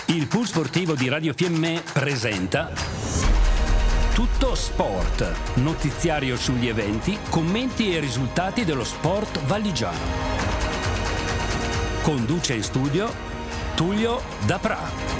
Il pool sportivo di Radio Fiemme presenta Tutto Sport, notiziario sugli eventi, commenti e risultati dello sport valligiano. Conduce in studio Tullio Dapra.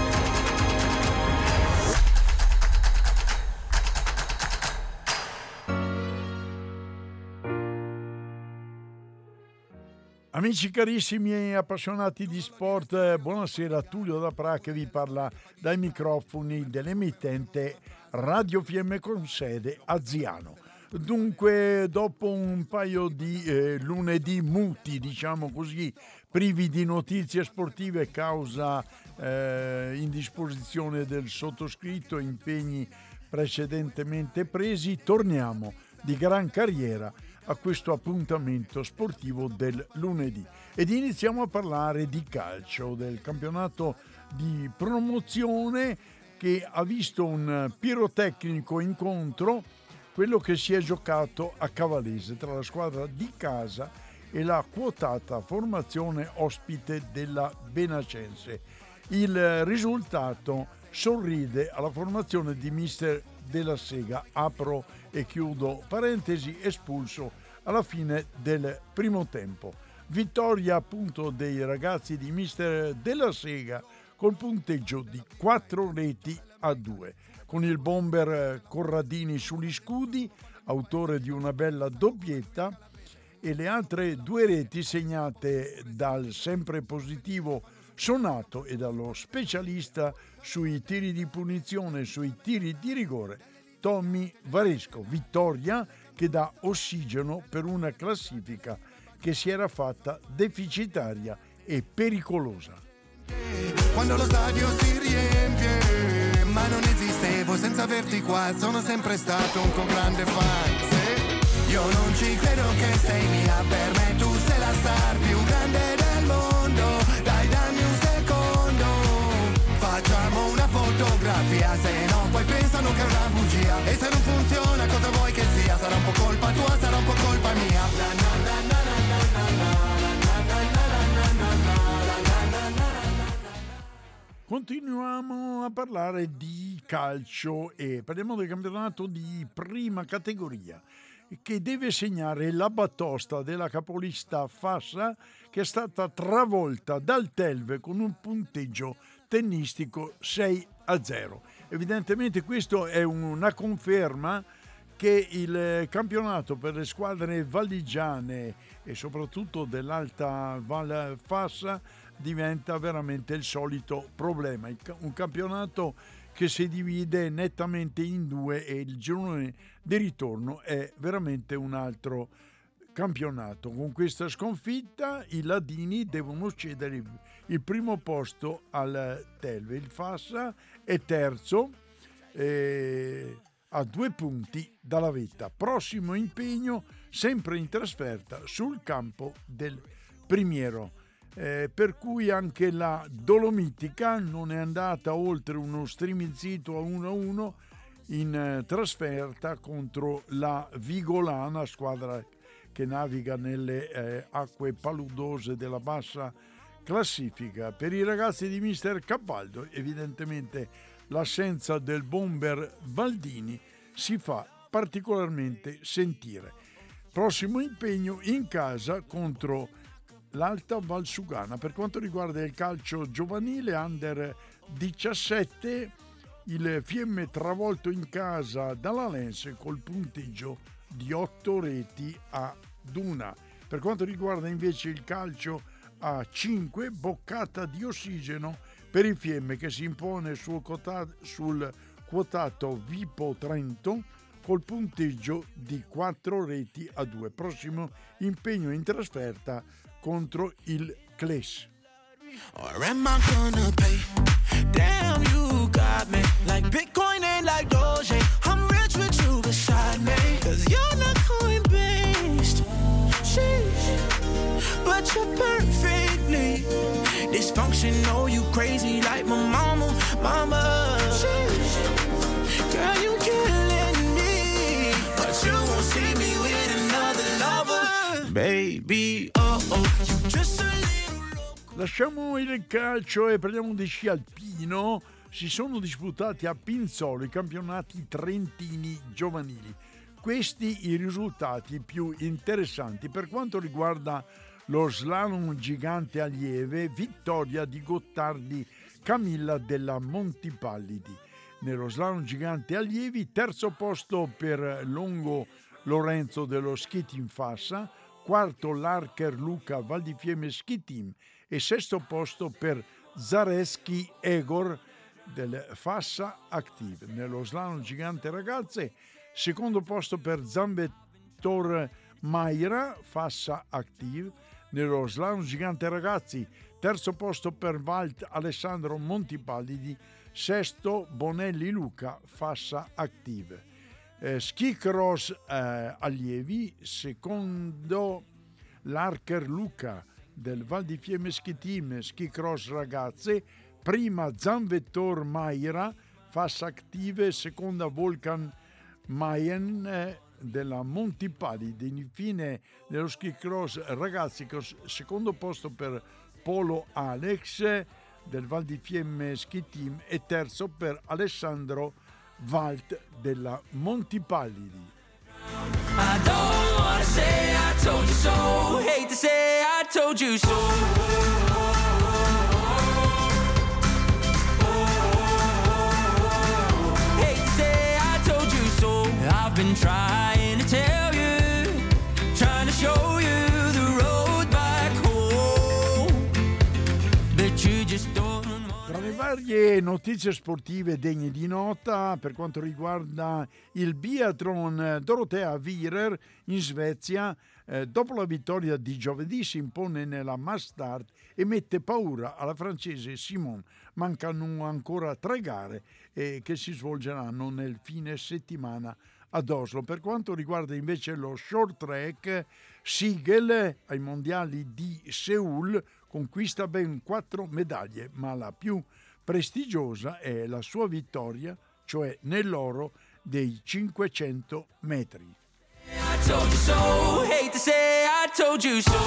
Amici carissimi e appassionati di sport, buonasera, Tullio Dapra che vi parla dai microfoni dell'emittente Radio Fiemme con sede a Ziano. Dunque, dopo un paio di lunedì muti, diciamo così, privi di notizie sportive causa indisposizione del sottoscritto, impegni precedentemente presi, torniamo di gran carriera a questo appuntamento sportivo del lunedì ed iniziamo a parlare di calcio, del campionato di promozione che ha visto un pirotecnico incontro, quello che si è giocato a Cavallese tra la squadra di casa e la quotata formazione ospite della Benacense. Il risultato sorride alla formazione di mister Della Sega, apro e chiudo parentesi, espulso alla fine del primo tempo. Vittoria appunto dei ragazzi di mister Della Sega col punteggio di 4-2, con il bomber Corradini sugli scudi, autore di una bella doppietta, e le altre 2 reti segnate dal sempre positivo Sonato e dallo specialista sui tiri di punizione e sui tiri di rigore Tommy Varesco. Vittoria che dà ossigeno per una classifica che si era fatta deficitaria e pericolosa. Quando lo stadio si riempie, ma non esistevo senza averti qua, sono sempre stato un tuo grande fan. Se io non ci credo che sei mia, per me tu sei la star più grande del mondo. Dai, dammi un secondo, facciamo una fotografia, se no poi pensano che è una bugia. E se non funziona cosa vuoi che sia? Sarà un po' colpa tua, sarà un po' colpa mia. Continuiamo a parlare di calcio e parliamo del campionato di prima categoria che deve segnare la batosta della capolista Fassa, che è stata travolta dal Telve con un punteggio tennistico 6-0. Evidentemente questo è una conferma che il campionato per le squadre valligiane e soprattutto dell'Alta Val Fassa diventa veramente il solito problema. Un campionato che si divide nettamente in 2 e il girone di ritorno è veramente un altro campionato. Con questa sconfitta i ladini devono cedere il primo posto al Telve. Il Fassa è terzo a 2 punti dalla vetta. Prossimo impegno sempre in trasferta sul campo del Primiero. Per cui anche la Dolomitica non è andata oltre uno striminzito a 1-1 in trasferta contro la Vigolana, squadra che naviga nelle acque paludose della bassa classifica. Per i ragazzi di mister Capaldo evidentemente l'assenza del bomber Baldini si fa particolarmente sentire. Prossimo impegno in casa contro l'Alta Valsugana. Per quanto riguarda il calcio giovanile under 17, il Fiemme travolto in casa dalla Lense col punteggio di 8-1. Per quanto riguarda invece il calcio a 5, boccata di ossigeno per il Fiemme che si impone sul quotato Vipo Trento col punteggio di 4-2. Prossimo impegno in trasferta contro il Cles. Or am I gonna pay? Damn, you got me like Bitcoin and like Doge. I'm rich with you beside me, 'cause you're not coin-based. Sheesh, but you're perfectly dysfunctional. You crazy like my mama. Sheesh, girl, you killing me, but you won't see me with another lover. Baby, oh, you just a little loco. Lasciamo il calcio e parliamo di sci alpino. Si sono disputati a Pinzolo i campionati trentini giovanili. Questi i risultati più interessanti. Per quanto riguarda lo slalom gigante allieve, vittoria di Gottardi Camilla della Montipallidi. Nello slalom gigante allievi, terzo posto per Longo Lorenzo dello Ski Team Fassa, quarto l'Archer Luca Val di Fiemme Ski Team e sesto posto per Zareschi Egor del Fassa Active. Nello slalom gigante ragazze, secondo posto per Zamvettor Maira Fassa Active. Nello slalom gigante ragazzi, terzo posto per Valt Alessandro Montipallidi, sesto Bonelli Luca Fassa Active. Ski cross allievi, secondo l'Archer Luca del Val di Fiemme Ski Team Ski cross ragazze, prima Zamvettor Maira Fassa Active, seconda Volcan Mayen della Montipallidi. Infine nello ski cross ragazzi, secondo posto per Polo Alex del Val di Fiemme Ski Team e terzo per Alessandro Valt della Montipallidi. I don't wanna say I told you so, hate to say I told you so. Hate to say I told you so. I've been trying to tell you, trying to show you the road back home, but you just don't. Tra le varie notizie sportive degne di nota, per quanto riguarda il biathlon, Dorothea Virer in Svezia, dopo la vittoria di giovedì, si impone nella mass start e mette paura alla francese Simon. Mancano ancora 3 gare che si svolgeranno nel fine settimana ad Oslo. Per quanto riguarda invece lo short track, Siegel ai mondiali di Seul conquista ben 4 medaglie, ma la più prestigiosa è la sua vittoria, cioè nell'oro dei 500 metri. I told you so, hate to say I told you so.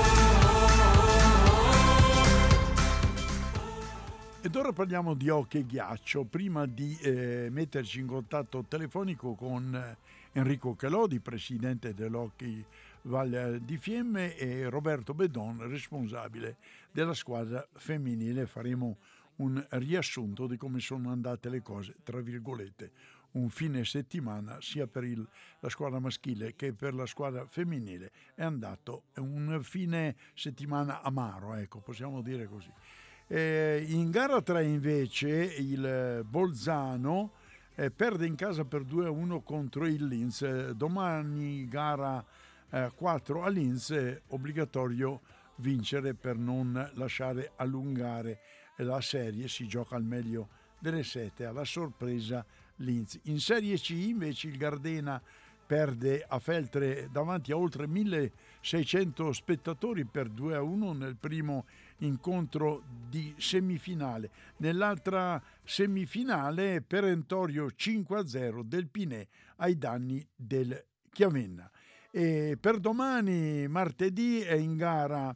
Ed ora parliamo di hockey ghiaccio. Prima di metterci in contatto telefonico con Enrico Chelodi, presidente dell'Hockey Val di Fiemme, e Roberto Bedon, responsabile della squadra femminile, faremo un riassunto di come sono andate le cose, tra virgolette, un fine settimana sia per la squadra maschile che per la squadra femminile. È andato un fine settimana amaro, ecco, possiamo dire così. In gara 3 invece il Bolzano perde in casa per 2-1 contro il Linz. Domani gara 4 a Linz, è obbligatorio vincere per non lasciare allungare la serie. Si gioca al meglio delle 7, alla sorpresa Linz. In Serie C invece il Gardena perde a Feltre davanti a oltre 1600 spettatori per 2-1 nel primo incontro di semifinale. Nell'altra semifinale perentorio 5-0 del Pinè ai danni del Chiavenna. E per domani, martedì, è in gara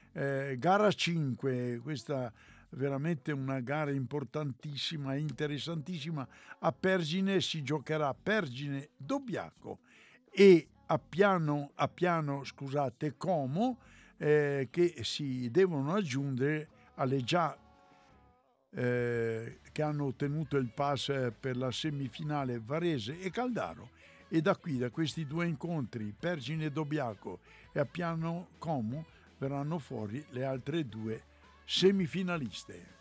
5, questa veramente una gara importantissima e interessantissima. A Pergine si giocherà Pergine Dobbiaco e a Piano Como, che si devono aggiungere alle già che hanno ottenuto il pass per la semifinale Varese e Caldaro. E da questi 2 incontri, Pergine Dobbiaco e a Piano Como, verranno fuori le altre 2 semifinaliste.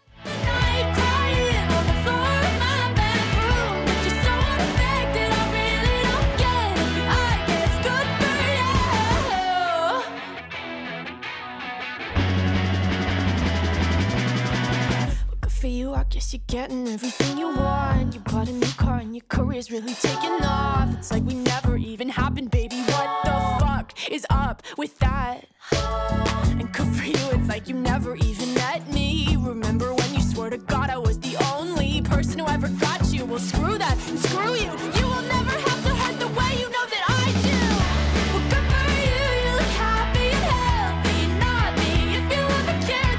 For you, I guess you're getting everything you want. You bought a new car and your career's really taking off. It's like we never even happened, baby. What the fuck is up with that? And good for you, it's like you never even met me. Remember when you swore to God I was the only person who ever got you? Well, screw that and screw you. You will never have to hurt the way you know that I do. Well, good for you, you look happy and healthy. Not me, if you ever cared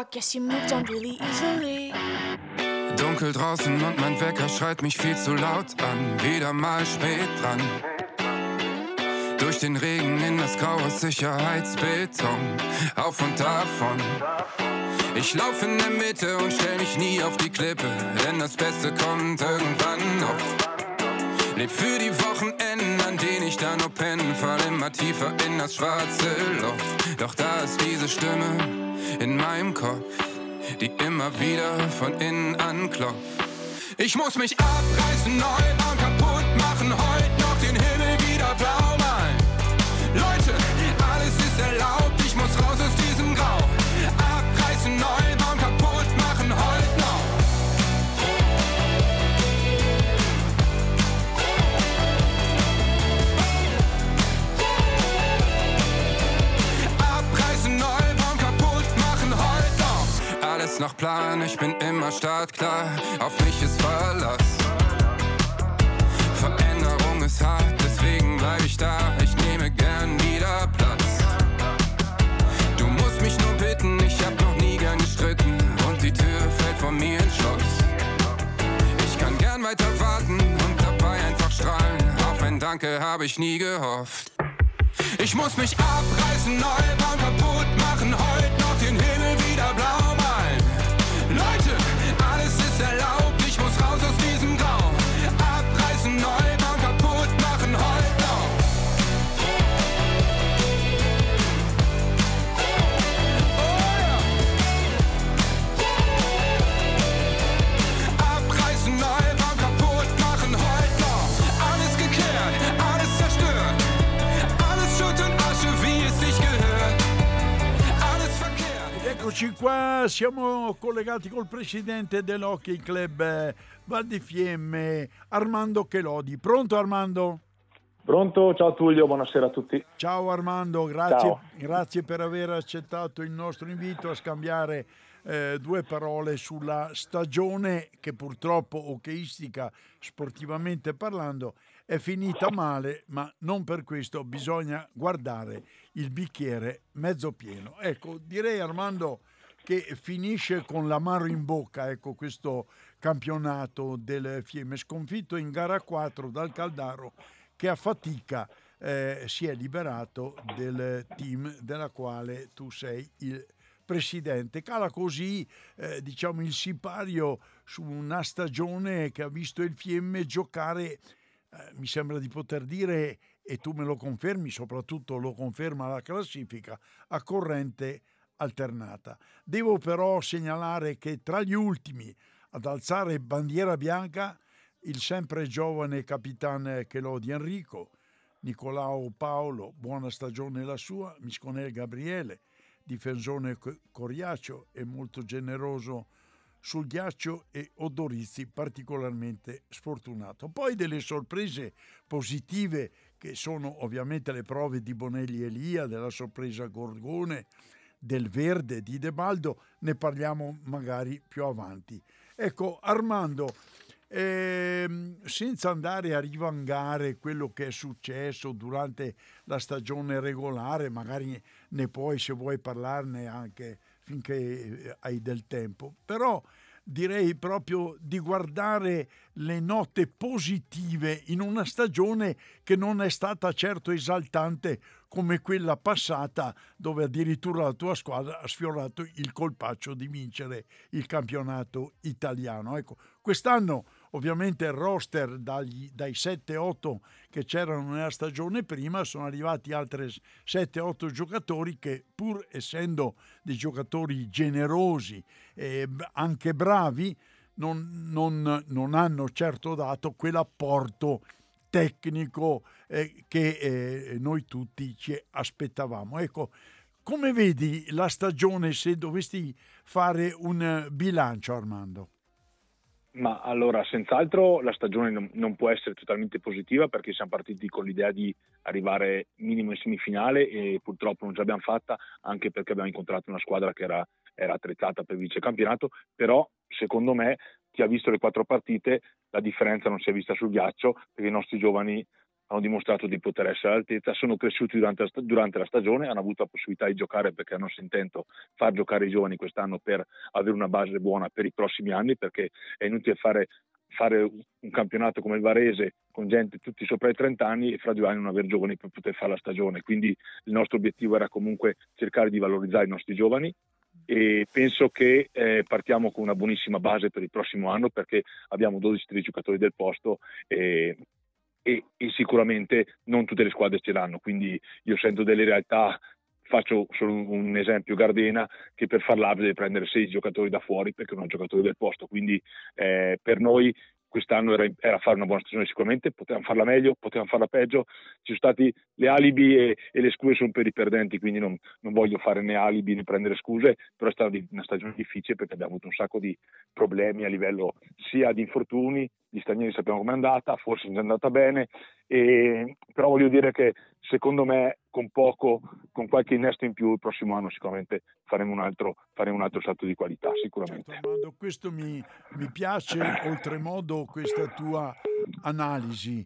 guess you moved on really easily. Dunkel draußen und mein Wecker schreit mich viel zu laut an. Wieder mal spät dran. Durch den Regen in das graue Sicherheitsbeton. Auf und davon. Ich laufe in der Mitte und stell mich nie auf die Klippe, denn das Beste kommt irgendwann noch. Leb für die Wochenenden, an denen ich da nur penne, fall immer tiefer in das schwarze Loch. Doch da ist diese Stimme in meinem Kopf, die immer wieder von innen anklopft. Ich muss mich abreißen, neu bauen, kaputt machen, heut noch den Himmel wieder blau malen. Leute, alles ist erlaubt, ich muss raus aus diesem Grau. Abreißen, neu bauen, kaputt machen, heut noch. Abreißen, neu bauen, kaputt machen, heut noch. Alles nach Plan, ich bin immer startklar, auf mich ist Verlass. Veränderung ist hart, deswegen bleib ich da, ich nehme gern wieder Platz. Du musst mich nur bitten, ich hab noch nie gern gestritten und die Tür fällt vor mir ins Schloss. Ich kann gern weiter warten und dabei einfach strahlen, auf ein Danke hab ich nie gehofft. Ich muss mich abreißen, neu bauen, kaputt machen, heut noch den Himmel wieder blau malen. Leute, alles ist erlaubt, ich muss raus aus diesem Grau. Abreißen, neu bauen, kaputt machen, heut noch. Oh ja. Abreißen, neu bauen, kaputt machen, heut noch. Alles gekehrt, alles zerstört. Alles Schutt und Asche, wie es sich gehört. Alles verkehrt. Eccoci qua, siamo collegati col presidente dell'Hockey Club Val di Fiemme, Armando Chelodi. Pronto Armando? Pronto, ciao Tullio, buonasera a tutti. Ciao Armando, grazie per aver accettato il nostro invito a scambiare due parole sulla stagione che purtroppo hockeyistica, sportivamente parlando, è finita male, ma non per questo bisogna guardare il bicchiere mezzo pieno. Ecco, direi Armando che finisce con l'amaro in bocca, ecco, questo campionato del Fiemme, sconfitto in gara 4 dal Caldaro, che a fatica si è liberato del team della quale tu sei il presidente. Cala così diciamo il sipario su una stagione che ha visto il Fiemme giocare, mi sembra di poter dire, e tu me lo confermi, soprattutto lo conferma la classifica, a corrente alternata. Devo però segnalare che tra gli ultimi ad alzare bandiera bianca il sempre giovane capitano Chelodi Enrico, Nicolao Paolo, buona stagione la sua, Misconel Gabriele, difensore coriaceo e molto generoso sul ghiaccio, e Odorizzi particolarmente sfortunato. Poi delle sorprese positive che sono ovviamente le prove di Bonelli Elia, della sorpresa Gorgone, del Verde di De Baldo, ne parliamo magari più avanti. Ecco Armando, senza andare a rivangare quello che è successo durante la stagione regolare, magari ne puoi, se vuoi, parlarne anche finché hai del tempo, però direi proprio di guardare le note positive in una stagione che non è stata certo esaltante come quella passata, dove addirittura la tua squadra ha sfiorato il colpaccio di vincere il campionato italiano. Ecco, quest'anno ovviamente il roster dai 7-8 che c'erano nella stagione prima sono arrivati altri 7-8 giocatori che, pur essendo dei giocatori generosi e anche bravi, non hanno certo dato quell'apporto tecnico che noi tutti ci aspettavamo. Ecco, come vedi la stagione se dovesti fare un bilancio, Armando? Ma allora, senz'altro la stagione non può essere totalmente positiva, perché siamo partiti con l'idea di arrivare minimo in semifinale e purtroppo non ce l'abbiamo fatta, anche perché abbiamo incontrato una squadra che era attrezzata per vice campionato. Però secondo me, chi ha visto le 4 partite, la differenza non si è vista sul ghiaccio, perché i nostri giovani hanno dimostrato di poter essere all'altezza, sono cresciuti durante la stagione, hanno avuto la possibilità di giocare perché hanno intento far giocare i giovani quest'anno per avere una base buona per i prossimi anni, perché è inutile fare un campionato come il Varese con gente tutti sopra i 30 anni e fra 2 anni non avere giovani per poter fare la stagione. Quindi il nostro obiettivo era comunque cercare di valorizzare i nostri giovani, e penso che partiamo con una buonissima base per il prossimo anno, perché abbiamo 12-13 giocatori del posto e sicuramente non tutte le squadre ce l'hanno, quindi io sento delle realtà. Faccio solo un esempio: Gardena, che per farla deve prendere 6 giocatori da fuori perché non ha giocatori del posto, quindi per noi quest'anno era fare una buona stagione sicuramente, potevamo farla meglio, potevamo farla peggio, ci sono stati le alibi e le scuse sono per i perdenti, quindi non voglio fare né alibi né prendere scuse, però è stata una stagione difficile perché abbiamo avuto un sacco di problemi a livello sia di infortuni, gli stranieri sappiamo com'è andata, forse non è andata bene, però voglio dire che secondo me con qualche innesto in più il prossimo anno sicuramente faremo un altro salto di qualità, sicuramente. Certo, Armando, questo mi piace oltremodo questa tua analisi,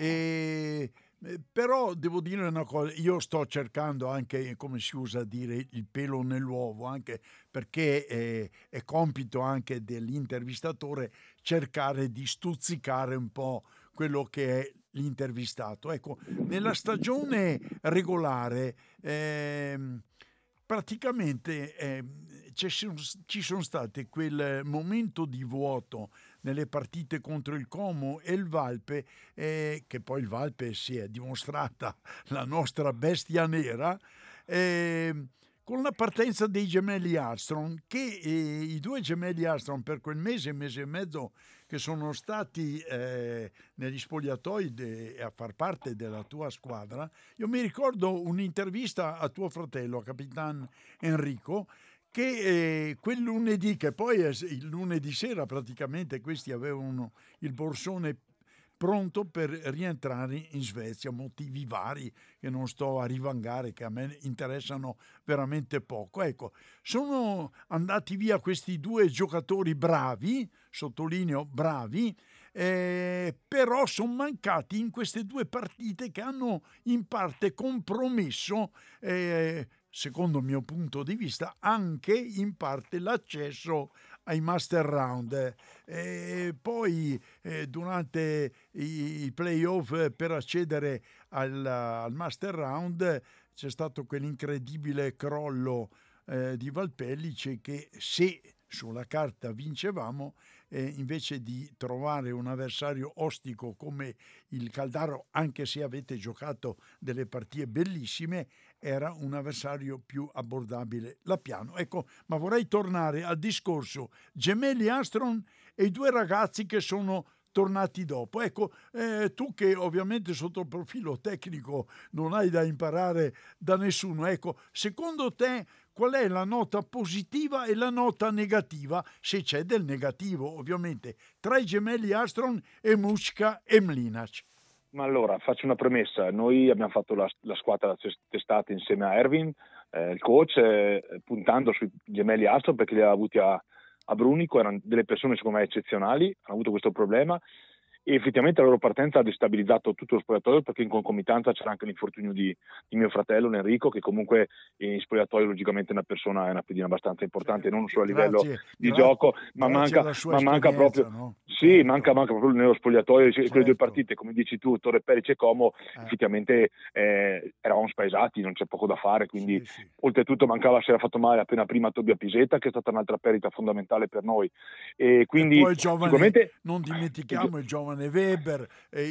però devo dire una cosa: io sto cercando anche, come si usa a dire, il pelo nell'uovo, anche perché è compito anche dell'intervistatore cercare di stuzzicare un po' quello che è l'intervistato. Ecco, nella stagione regolare praticamente ci sono state quel momento di vuoto nelle partite contro il Como e il Valpe, che poi il Valpe si è dimostrata la nostra bestia nera, con la partenza dei gemelli Armstrong, che i 2 gemelli Armstrong per quel mese e mezzo che sono stati negli spogliatoi a far parte della tua squadra. Io mi ricordo un'intervista a tuo fratello, a Capitan Enrico, che quel lunedì, che poi il lunedì sera praticamente questi avevano il borsone pronto per rientrare in Svezia, motivi vari che non sto a rivangare, che a me interessano veramente poco. Ecco, sono andati via questi 2 giocatori bravi, sottolineo bravi, però sono mancati in queste 2 partite che hanno in parte compromesso, secondo il mio punto di vista, anche in parte l'accesso ai Master Round. Poi durante i playoff per accedere al Master Round c'è stato quell'incredibile crollo di Valpellice, che se sulla carta vincevamo, invece di trovare un avversario ostico come il Caldaro, anche se avete giocato delle partite bellissime, era un avversario più abbordabile la piano. Ecco, ma vorrei tornare al discorso gemelli Armstrong e i 2 ragazzi che sono tornati dopo. Ecco, tu che ovviamente sotto il profilo tecnico non hai da imparare da nessuno, ecco, secondo te qual è la nota positiva e la nota negativa, se c'è del negativo ovviamente, tra i gemelli Armstrong e Muška e Mlinac? Ma allora, faccio una premessa: noi abbiamo fatto la squadra testate insieme a Erwin, il coach, puntando sui gemelli Armstrong perché li aveva avuti a Brunico, erano delle persone secondo me eccezionali, hanno avuto questo problema e effettivamente la loro partenza ha destabilizzato tutto lo spogliatoio, perché in concomitanza c'era anche l'infortunio di mio fratello Enrico, che comunque in spogliatoio logicamente è una pedina abbastanza importante, non solo a livello di gioco, ma manca proprio, no? Sì, manca proprio nello spogliatoio. Certo. Quelle 2 partite, come dici tu, Torre Pellice e Como, effettivamente eravamo spaesati, non c'è poco da fare, quindi sì. Oltretutto mancava, si era fatto male appena prima Tobia Pisetta, che è stata un'altra perdita fondamentale per noi, e quindi e poi il giovane, sicuramente non dimentichiamo il giovane Weber,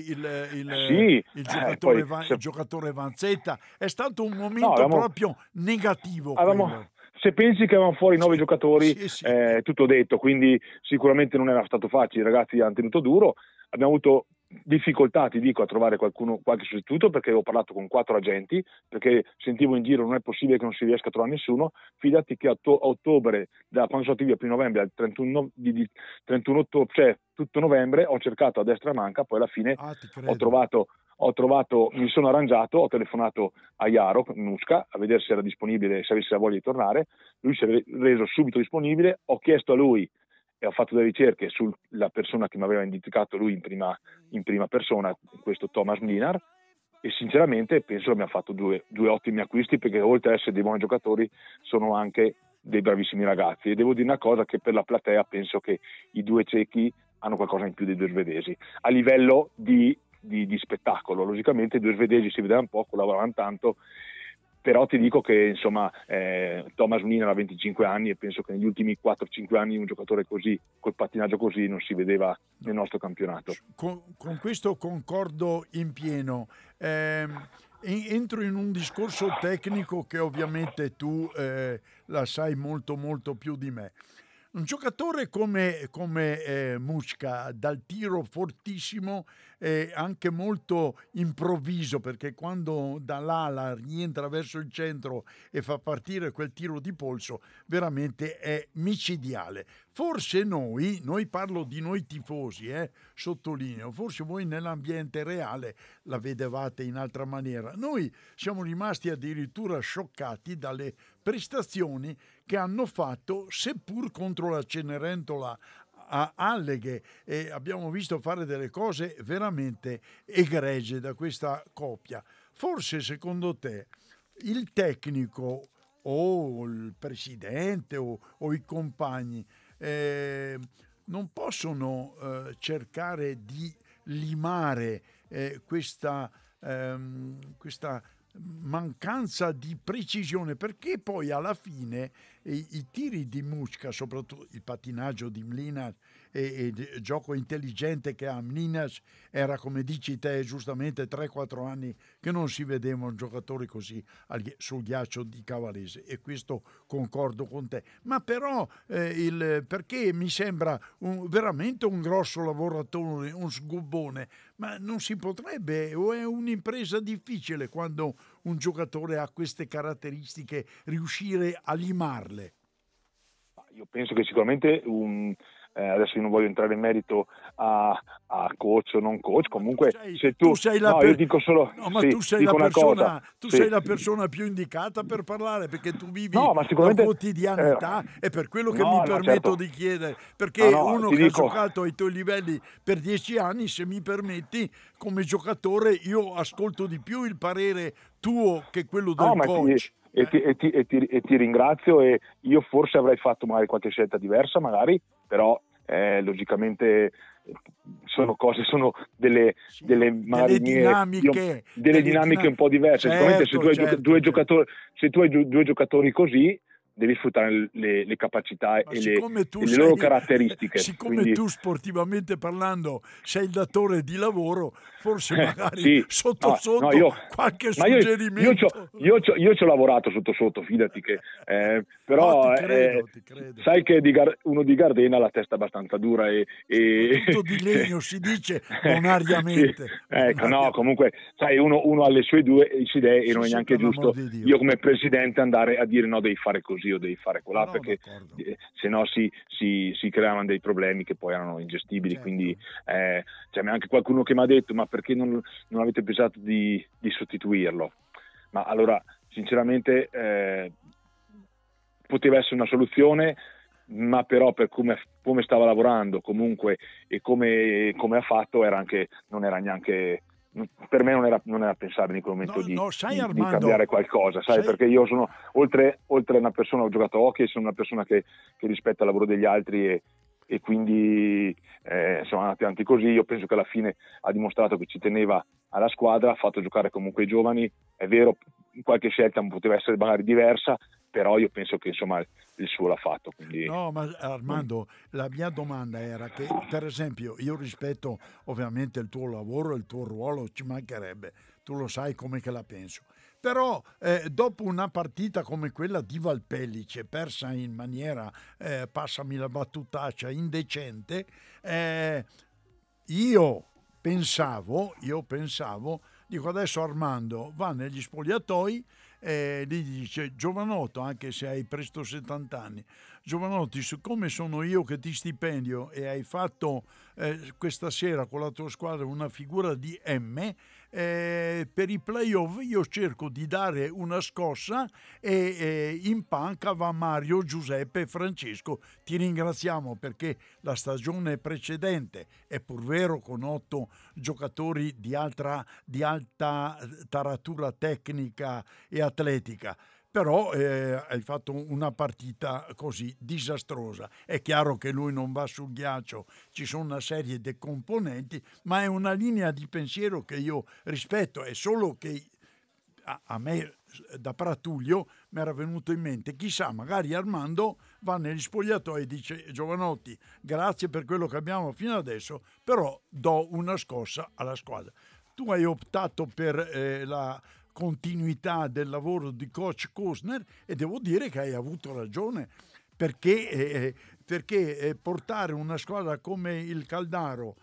il giocatore Vanzetta. È stato un momento proprio negativo. Se pensi che avevamo fuori 9 giocatori, sì. Tutto detto, quindi sicuramente non era stato facile, i ragazzi hanno tenuto duro, abbiamo avuto difficoltà, ti dico, a trovare qualche sostituto, perché avevo parlato con 4 agenti, perché sentivo in giro non è possibile che non si riesca a trovare nessuno. Fidati che a ottobre, da quando sono via primo novembre al 31 ottobre, cioè tutto novembre, ho cercato a destra e manca, poi alla fine ho trovato, mi sono arrangiato, ho telefonato a Jaro Nuska a vedere se era disponibile, se avesse la voglia di tornare. Lui si è reso subito disponibile, ho chiesto a lui e ho fatto delle ricerche sulla persona che mi aveva indicato lui in prima persona, questo Thomas Mlinar, e sinceramente penso che abbiamo fatto due ottimi acquisti, perché oltre ad essere dei buoni giocatori sono anche dei bravissimi ragazzi. E devo dire una cosa, che per la platea penso che i due cechi hanno qualcosa in più dei due svedesi a livello di spettacolo. Logicamente i due svedesi si vedevano poco, lavoravano tanto, però ti dico che insomma Thomas Mliner ha 25 anni e penso che negli ultimi 4-5 anni un giocatore così, col pattinaggio così, non si vedeva nel nostro campionato. Con questo concordo in pieno. Entro in un discorso tecnico che ovviamente tu la sai molto molto più di me. Un giocatore come Muška, dal tiro fortissimo e anche molto improvviso, perché quando dall'ala rientra verso il centro e fa partire quel tiro di polso, veramente è micidiale. Forse noi parlo di noi tifosi, sottolineo, forse voi nell'ambiente reale la vedevate in altra maniera. Noi siamo rimasti addirittura scioccati dalle prestazioni che hanno fatto, seppur contro la Cenerentola a Alleghe, e abbiamo visto fare delle cose veramente egregie da questa coppia. Forse secondo te il tecnico o il presidente o i compagni non possono cercare di limare questa mancanza di precisione, perché poi alla fine i tiri di Muška, soprattutto il pattinaggio di Mlinar e il gioco intelligente che ha Mlinar, era, come dici te giustamente, 3-4 anni che non si vedeva un giocatore così sul ghiaccio di Cavalese, e questo concordo con te. Ma però perché mi sembra veramente un grosso lavoratore, un sgobbone, ma non si potrebbe, o è un'impresa difficile quando un giocatore ha queste caratteristiche, riuscire a limarle? Io penso che sicuramente adesso io non voglio entrare in merito a coach o non coach, comunque tu sei la io dico solo tu sei la persona, sei la persona più indicata per parlare, perché tu vivi la quotidianità, è per quello che mi permetto di chiedere, perché uno che ha giocato ai tuoi livelli per 10 anni, se mi permetti, come giocatore io ascolto di più il parere tuo che quello del coach. E ti ringrazio, e io forse avrei fatto magari qualche scelta diversa, magari, però logicamente sono delle dinamiche un po' diverse. Sicuramente se tu hai due giocatori così, devi sfruttare le capacità e le loro caratteristiche. Siccome tu, sportivamente parlando, sei il datore di lavoro, forse magari sotto qualche suggerimento. Io ci ho lavorato sotto, fidati che però ti credo. sai che uno di Gardena ha la testa abbastanza dura e tutto di legno, si dice bonariamente. No, comunque sai, uno ha le sue idee e non è neanche giusto io come presidente andare a dire no, devi fare così o devi fare colà, perché se no si creavano dei problemi che poi erano ingestibili. Certo. Quindi c'è anche qualcuno che mi ha detto: ma perché non avete pensato di sostituirlo? Ma allora sinceramente poteva essere una soluzione, ma però per come stava lavorando comunque e come ha fatto non era neanche, per me non era pensabile in quel momento di cambiare qualcosa, perché io sono oltre a una persona, ho giocato a hockey, sono una persona che rispetta il lavoro degli altri e quindi siamo andati avanti così. Io penso che alla fine ha dimostrato che ci teneva alla squadra, ha fatto giocare comunque i giovani. È vero, qualche scelta poteva essere magari diversa, però io penso che insomma il suo l'ha fatto. Quindi... No, ma Armando, la mia domanda era che, per esempio, io rispetto ovviamente il tuo lavoro, il tuo ruolo, ci mancherebbe, tu lo sai come che la penso. Però dopo una partita come quella di Valpellice, persa in maniera, passami la battutaccia, indecente, io pensavo, dico adesso Armando va negli spogliatoi, gli dice: giovanotto, anche se hai presto 70 anni, Giovanotti, siccome sono io che ti stipendio e hai fatto questa sera con la tua squadra una figura di M, per i playoff io cerco di dare una scossa e in panca va Mario, Giuseppe e Francesco. Ti ringraziamo perché la stagione precedente, è pur vero con 8 giocatori di alta taratura tecnica e atletica, però hai fatto una partita così disastrosa. È chiaro che lui non va sul ghiaccio, ci sono una serie di componenti, ma è una linea di pensiero che io rispetto. È solo che a me da Pratulio mi era venuto in mente, chissà, magari Armando va negli spogliatoi e dice: Giovanotti, grazie per quello che abbiamo fino adesso, però do una scossa alla squadra. Tu hai optato per la continuità del lavoro di coach Kostner e devo dire che hai avuto ragione, perché portare una squadra come il Caldaro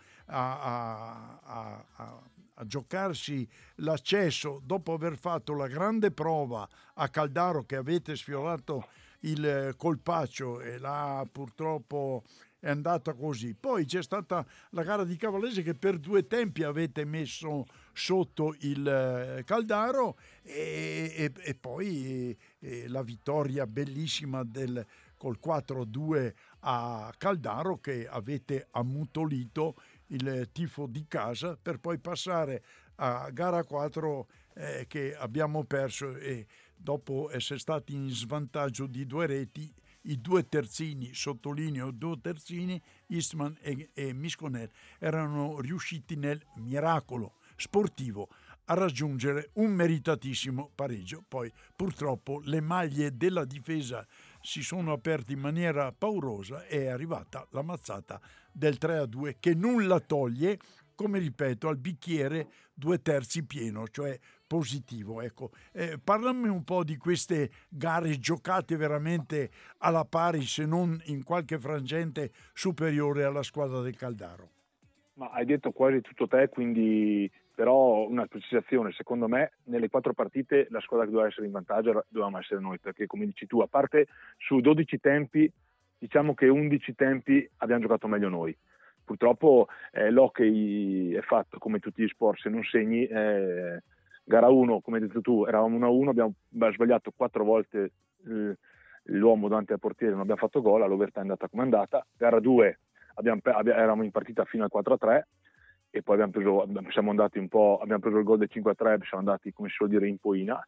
a giocarsi l'accesso dopo aver fatto la grande prova a Caldaro, che avete sfiorato il colpaccio e là purtroppo è andata così. Poi c'è stata la gara di Cavallese che per 2 tempi avete messo sotto il Caldaro e poi la vittoria bellissima col 4-2 a Caldaro, che avete ammutolito il tifo di casa, per poi passare a gara 4 che abbiamo perso, e dopo essere stati in svantaggio di 2 reti, i 2 terzini, sottolineo 2 terzini, Eastman e Misconel, erano riusciti nel miracolo sportivo a raggiungere un meritatissimo pareggio. Poi purtroppo le maglie della difesa si sono aperte in maniera paurosa e è arrivata la mazzata del 3-2 che nulla toglie, come ripeto, al bicchiere 2/3 pieno, cioè positivo. Ecco, parlami un po' di queste gare giocate veramente alla pari, se non in qualche frangente superiore alla squadra del Caldaro. Ma hai detto quasi tutto te, quindi però una precisazione: secondo me nelle 4 partite la squadra che doveva essere in vantaggio dovevamo essere noi, perché come dici tu, a parte su 12 tempi, diciamo che 11 tempi abbiamo giocato meglio noi. Purtroppo l'hockey è fatto come tutti gli sport: se non segni, gara 1, come hai detto tu, eravamo 1-1, abbiamo sbagliato 4 volte l'uomo davanti al portiere, non abbiamo fatto gol, all'overtime è andata come è andata. Gara 2 eravamo in partita fino al 4-3 e poi abbiamo preso il gol del 5-3, siamo andati, come si suol dire, in poina.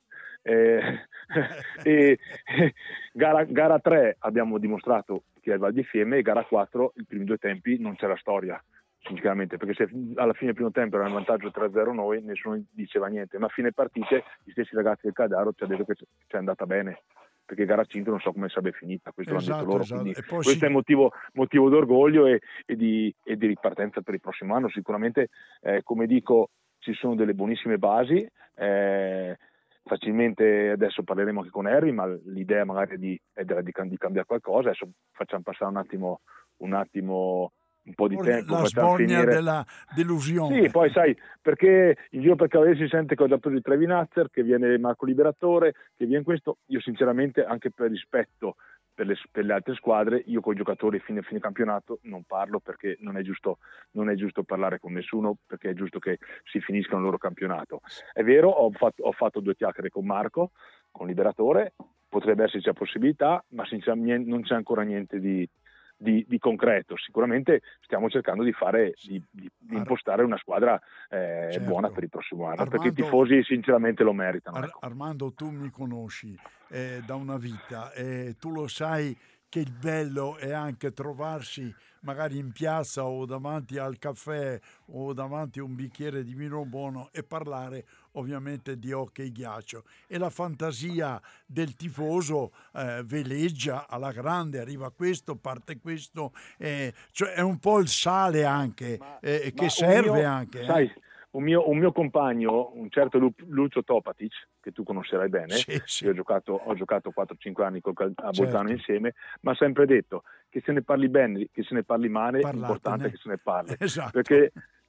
Gara 3 abbiamo dimostrato che è il Val di Fiemme, e gara 4 i primi 2 tempi non c'era storia, sinceramente, perché se alla fine del primo tempo era in vantaggio 3-0 noi, nessuno diceva niente, ma a fine partite gli stessi ragazzi del Caldaro ci hanno detto che ci è andata bene, perché gara 5 non so come sarebbe finita, questo l'hanno detto loro, esatto. Quindi questo è motivo d'orgoglio e di ripartenza per il prossimo anno. Sicuramente, come dico, ci sono delle buonissime basi, facilmente adesso parleremo anche con Harry, ma l'idea magari è di cambiare qualcosa. Adesso facciamo passare un attimo un po' di tempo, la sbornia della delusione. Sì, poi sai, perché in giro per Cavallese si sente che ho già preso il Trevinazzer, che viene Marco Liberatore, che viene questo. Io sinceramente, anche per rispetto per le altre squadre, io con i giocatori fine campionato non parlo, perché non è giusto parlare con nessuno, perché è giusto che si finisca il loro campionato. È vero, ho fatto 2 chiacchiere con Marco, con Liberatore, potrebbe esserci la possibilità, ma sinceramente non c'è ancora niente di concreto. Sicuramente stiamo cercando di impostare una squadra certo, buona per il prossimo anno, Armando, perché i tifosi sinceramente lo meritano. Armando, tu mi conosci da una vita, tu lo sai che il bello è anche trovarsi magari in piazza o davanti al caffè o davanti a un bicchiere di vino buono e parlare ovviamente di hockey ghiaccio, e la fantasia del tifoso veleggia alla grande, arriva questo, parte questo, cioè è un po' il sale anche che serve anche. Sai, un mio compagno, un certo Lucio Topatic, che tu conoscerai bene, sì. Io ho giocato 4-5 anni a Bolzano, certo, insieme, ma ha sempre detto che se ne parli bene, che se ne parli male, l'importante è che se ne parli. Esatto. Perché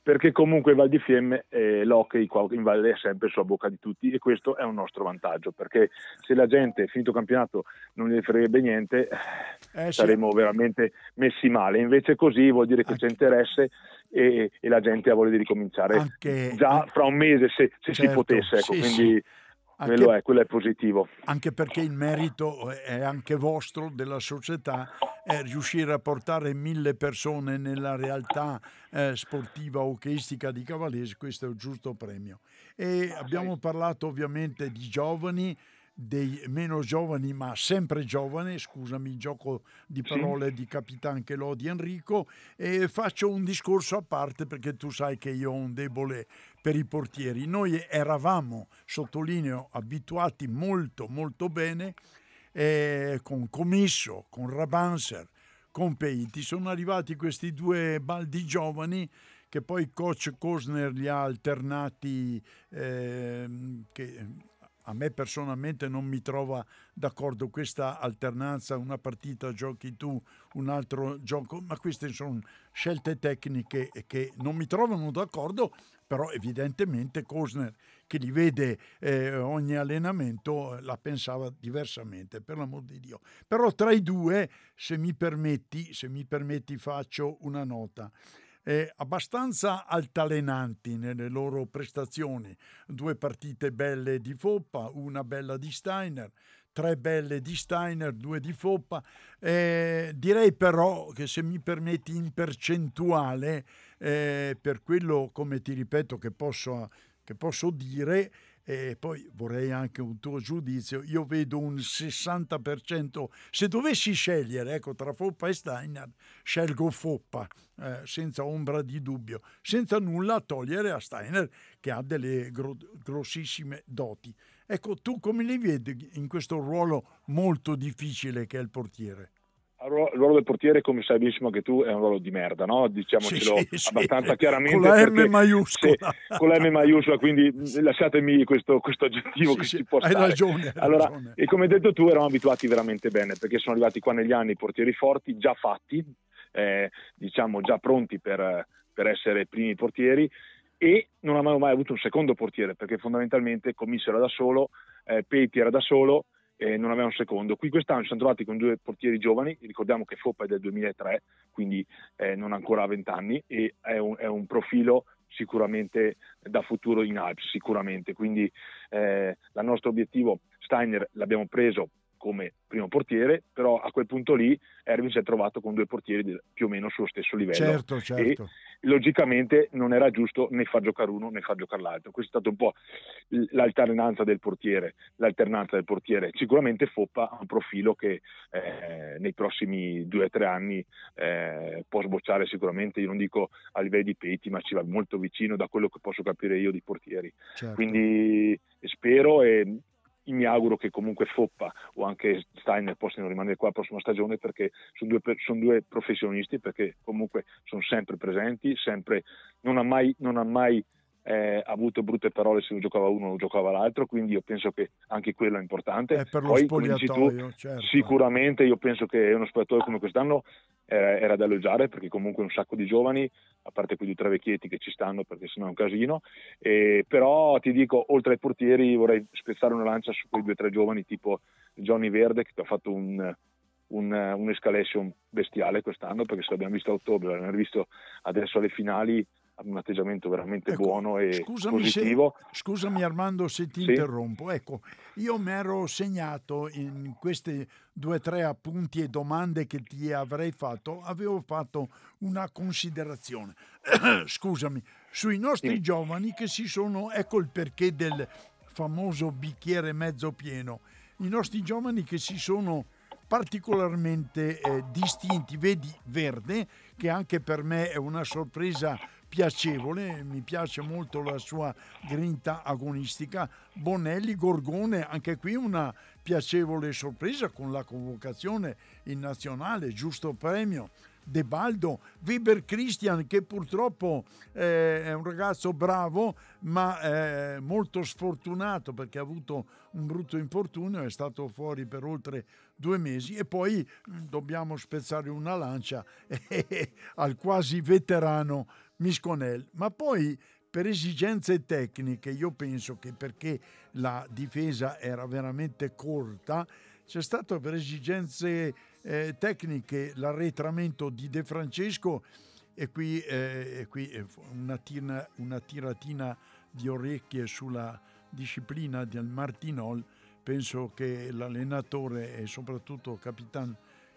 perché comunque Val di Fiemme l'hockey qua in Valle è sempre sulla bocca di tutti, e questo è un nostro vantaggio, perché se la gente finito il campionato non gli fregherebbe niente, saremo veramente messi male. Invece così vuol dire che c'è interesse e la gente ha voglia di ricominciare già fra un mese se si potesse, ecco, quindi quello è positivo. Anche perché il merito è anche vostro, della società, è riuscire a portare 1000 persone nella realtà sportiva hockeyistica di Cavallese. Questo è il giusto premio. E abbiamo parlato ovviamente di giovani, dei meno giovani ma sempre giovani, scusami, gioco di parole di Capitan Chelò di Enrico, e faccio un discorso a parte perché tu sai che io ho un debole per i portieri. Noi eravamo, sottolineo, abituati molto molto bene con Commisso, con Rabanser, con Peiti. Sono arrivati questi due baldi giovani che poi coach Cosner li ha alternati, che a me personalmente non mi trova d'accordo questa alternanza, una partita giochi tu, un altro gioco, ma queste sono scelte tecniche che non mi trovano d'accordo, però evidentemente Cosner, che li vede ogni allenamento, la pensava diversamente, per l'amor di Dio. Però tra i due, se mi permetti faccio una nota. Abbastanza altalenanti nelle loro prestazioni, 2 partite belle di Foppa, una bella di Steiner, 3 belle di Steiner, 2 di Foppa. Direi però che, se mi permetti, in percentuale, per quello, come ti ripeto, che posso dire, e poi vorrei anche un tuo giudizio, io vedo un 60%, se dovessi scegliere, ecco, tra Foppa e Steiner, scelgo Foppa, senza ombra di dubbio, senza nulla togliere a Steiner, che ha delle grossissime doti. Ecco, tu come li vedi in questo ruolo molto difficile che è il portiere? Il ruolo del portiere, come sai benissimo che tu, è un ruolo di merda, no? Diciamocelo abbastanza chiaramente. Con la M maiuscola. Con la M maiuscola, quindi lasciatemi questo aggettivo che ci può stare. Hai ragione. E come hai detto tu, eravamo abituati veramente bene, perché sono arrivati qua negli anni portieri forti, già fatti, diciamo già pronti per essere primi portieri, e non avevamo mai avuto un secondo portiere, perché fondamentalmente Commisso era da solo, Peiti era da solo, non aveva un secondo. Qui quest'anno ci siamo trovati con 2 portieri giovani. Ricordiamo che Foppa è del 2003, quindi non ancora a 20 anni, e è un profilo sicuramente da futuro in Alps, sicuramente. Quindi il nostro obiettivo, Steiner l'abbiamo preso come primo portiere, però a quel punto lì Erwin si è trovato con 2 portieri più o meno sullo stesso livello. Certo. E logicamente non era giusto né far giocare uno né far giocare l'altro. Questa è stata un po' l'alternanza del portiere. Sicuramente Foppa ha un profilo che nei prossimi 2 o 3 anni può sbocciare sicuramente, io non dico a livello di Peiti, ma ci va molto vicino, da quello che posso capire io, di portieri. Certo. Quindi spero e mi auguro che comunque Foppa o anche Steiner possano rimanere qua la prossima stagione, perché sono due professionisti, perché comunque sono sempre presenti, sempre, non ha mai avuto brutte parole se lo giocava uno o lo giocava l'altro, quindi io penso che anche quello è importante. Per lo poi, spogliatoio, certo. Sicuramente io penso che uno spogliatoio come quest'anno era da elogiare, perché comunque un sacco di giovani, a parte quei 2 o 3 vecchietti che ci stanno, perché sennò è un casino, però ti dico, oltre ai portieri vorrei spezzare una lancia su quei 2 o 3 giovani tipo Johnny Verde, che ha fatto un escalation bestiale quest'anno, perché se l'abbiamo visto a ottobre, l'abbiamo visto adesso alle finali, un atteggiamento veramente buono e positivo. Scusami Armando se ti interrompo. Ecco, io mi ero segnato in questi 2 o 3 appunti e domande che ti avrei fatto, avevo fatto una considerazione. Scusami, sui nostri giovani che si sono, ecco il perché del famoso bicchiere mezzo pieno, i nostri giovani che si sono particolarmente distinti. Vedi Verde, che anche per me è una sorpresa piacevole, mi piace molto la sua grinta agonistica. Bonelli, Gorgone, anche qui una piacevole sorpresa con la convocazione in nazionale, giusto premio. De Baldo, Weber Christian, che purtroppo è un ragazzo bravo ma molto sfortunato, perché ha avuto un brutto infortunio, è stato fuori per oltre 2 mesi. E poi dobbiamo spezzare una lancia al quasi veterano Misconel, ma poi per esigenze tecniche, io penso che perché la difesa era veramente corta, c'è stato per esigenze tecniche l'arretramento di De Francesco e qui una tiratina di orecchie sulla disciplina del Martinol. Penso che l'allenatore e soprattutto Capitan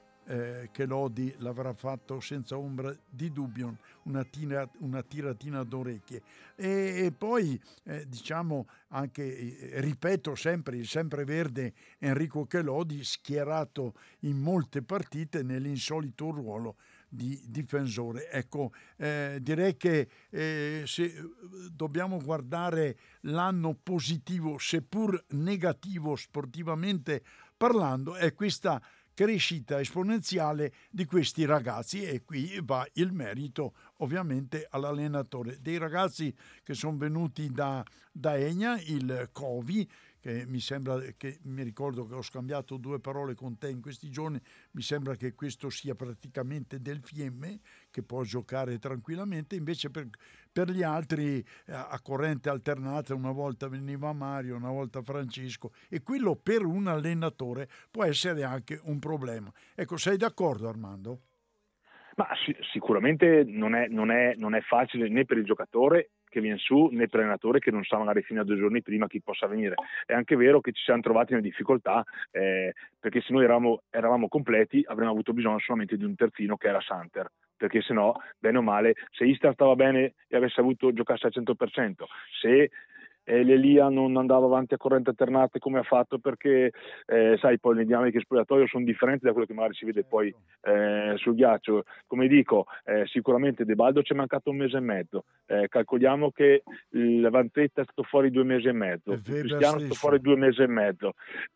Kelodi l'avrà fatto senza ombra di dubbio, una tiratina d'orecchie. E poi diciamo anche, ripeto sempre, il sempreverde Enrico Kelodi, schierato in molte partite nell'insolito ruolo di difensore. Ecco, direi che se dobbiamo guardare l'anno positivo, seppur negativo sportivamente parlando, è questa crescita esponenziale di questi ragazzi, e qui va il merito ovviamente all'allenatore. Dei ragazzi che sono venuti da Egna, il Covi, che mi ricordo che ho scambiato 2 parole con te in questi giorni, mi sembra che questo sia praticamente del Fiemme, che può giocare tranquillamente. Invece per gli altri a corrente alternata, una volta veniva Mario, una volta Francesco, e quello per un allenatore può essere anche un problema. Ecco, sei d'accordo, Armando? Ma sicuramente non è facile né per il giocatore che viene su, né per l'allenatore che non sa magari fino a 2 giorni prima chi possa venire. È anche vero che ci siamo trovati in difficoltà, perché se noi eravamo completi avremmo avuto bisogno solamente di un terzino, che era Santer, perché se no, bene o male, se Istar stava bene e avesse giocasse al 100%, se l'Elia non andava avanti a corrente alternate come ha fatto, perché sai, poi le dinamiche spogliatoio sono differenti da quello che magari si vede poi sul ghiaccio. Come dico, sicuramente De Baldo ci è mancato 1 mese e mezzo, calcoliamo che la Vanzetta è stato fuori 2 mesi e mezzo, il Cristiano è stato fuori 2 mesi e mezzo,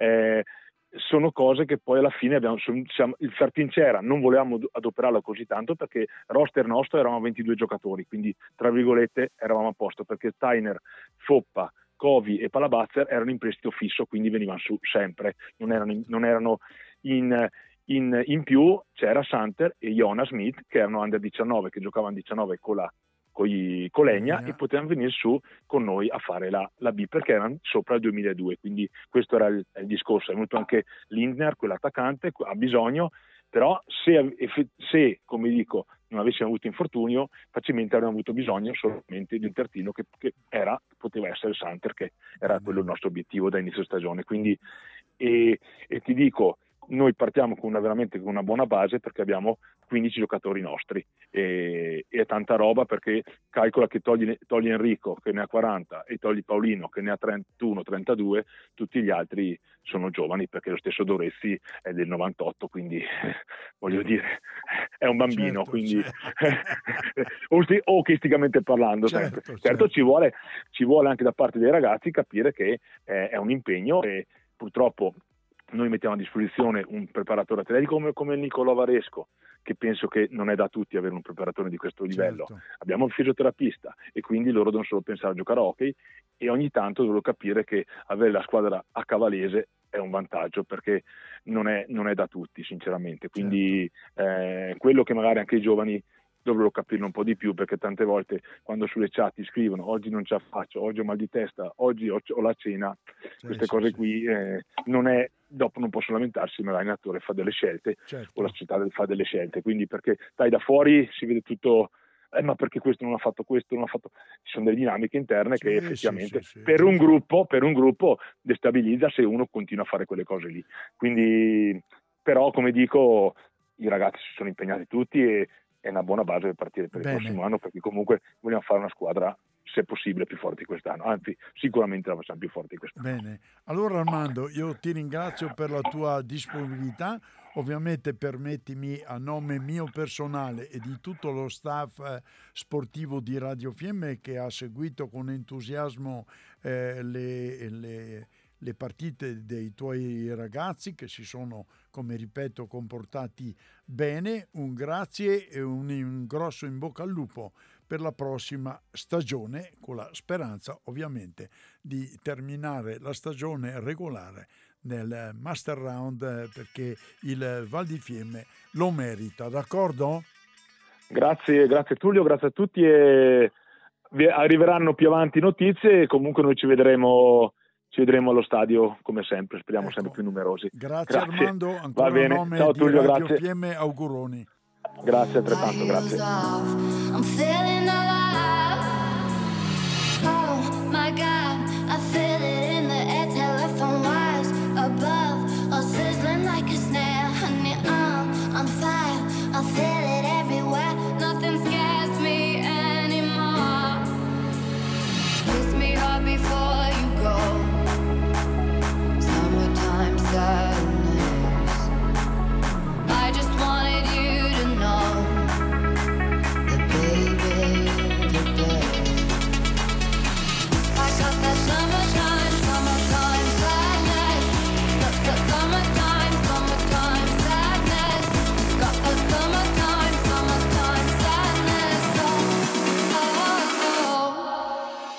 sono cose che poi alla fine il Fertincera non volevamo adoperarlo così tanto, perché roster nostro eravamo 22 giocatori, quindi tra virgolette eravamo a posto, perché Steiner, Foppa, Covi e Palabazzer erano in prestito fisso, quindi venivano su sempre, non erano in più. C'era Santer e Jonas Smith, che erano under 19, che giocavano 19 con Legna, e potevano venire su con noi a fare la B, perché erano sopra il 2002, quindi questo era il discorso. È venuto anche Lindner, quell'attaccante, ha bisogno, però se come dico non avessimo avuto infortunio, facilmente avremmo avuto bisogno solamente di un terzino che poteva essere Santer, che era quello il nostro obiettivo da inizio stagione. Quindi e ti dico, noi partiamo veramente con una buona base, perché abbiamo 15 giocatori nostri e è tanta roba, perché calcola che togli Enrico che ne ha 40 e togli Paolino che ne ha 31-32, tutti gli altri sono giovani, perché lo stesso Dorezzi è del 98, quindi voglio dire è un bambino, certo, quindi ochisticamente parlando, certo. Ci vuole anche da parte dei ragazzi capire che è un impegno, e purtroppo noi mettiamo a disposizione un preparatore atletico come Nicolò Varesco, che penso che non è da tutti avere un preparatore di questo livello. Certo. Abbiamo un fisioterapista, e quindi loro devono solo pensare a giocare a hockey, e ogni tanto devo capire che avere la squadra a Cavalese è un vantaggio, perché non è da tutti, sinceramente. Quindi certo. Quello che magari anche i giovani dovrebbero capirlo un po' di più, perché tante volte quando sulle chat ti scrivono oggi non ce la faccio, oggi ho mal di testa, oggi ho la cena, queste cose qui dopo non possono lamentarsi, ma l'allenatore fa delle scelte, certo, o la società fa delle scelte, quindi perché dai, da fuori si vede tutto, ma perché questo non ha fatto, ci sono delle dinamiche interne che effettivamente per un gruppo destabilizza se uno continua a fare quelle cose lì. Quindi, però, come dico, i ragazzi si sono impegnati tutti e è una buona base per partire per il prossimo anno, perché comunque vogliamo fare una squadra, se possibile, più forte quest'anno, anzi sicuramente la facciamo più forte quest'anno. Bene, allora Armando, io ti ringrazio per la tua disponibilità. Ovviamente permettimi, a nome mio personale e di tutto lo staff sportivo di Radio Fiemme, che ha seguito con entusiasmo le partite dei tuoi ragazzi, che si sono, come ripeto, comportati bene, un grazie e un grosso in bocca al lupo per la prossima stagione, con la speranza ovviamente di terminare la stagione regolare nel Master Round, perché il Val di Fiemme lo merita, d'accordo? Grazie Tullio, grazie a tutti e arriveranno più avanti notizie e comunque noi ci vedremo allo stadio come sempre, speriamo sempre più numerosi. Grazie. Armando, ancora a nome Ciao, di Tullio, Radio grazie. Fiemme, auguroni. Grazie altrettanto, grazie. I'm feeling alive. Oh my God, I feel it in the air. Telephone wires above, all sizzling like a snare. Honey, I'm on fire. I feel it everywhere. Nothing scares me anymore. Kiss me hard before you go. Summertime sadness. I just wanted you to know that baby, you're the best. I got that summertime sadness. Summertime sadness. Got that summertime sadness. Oh, oh, oh.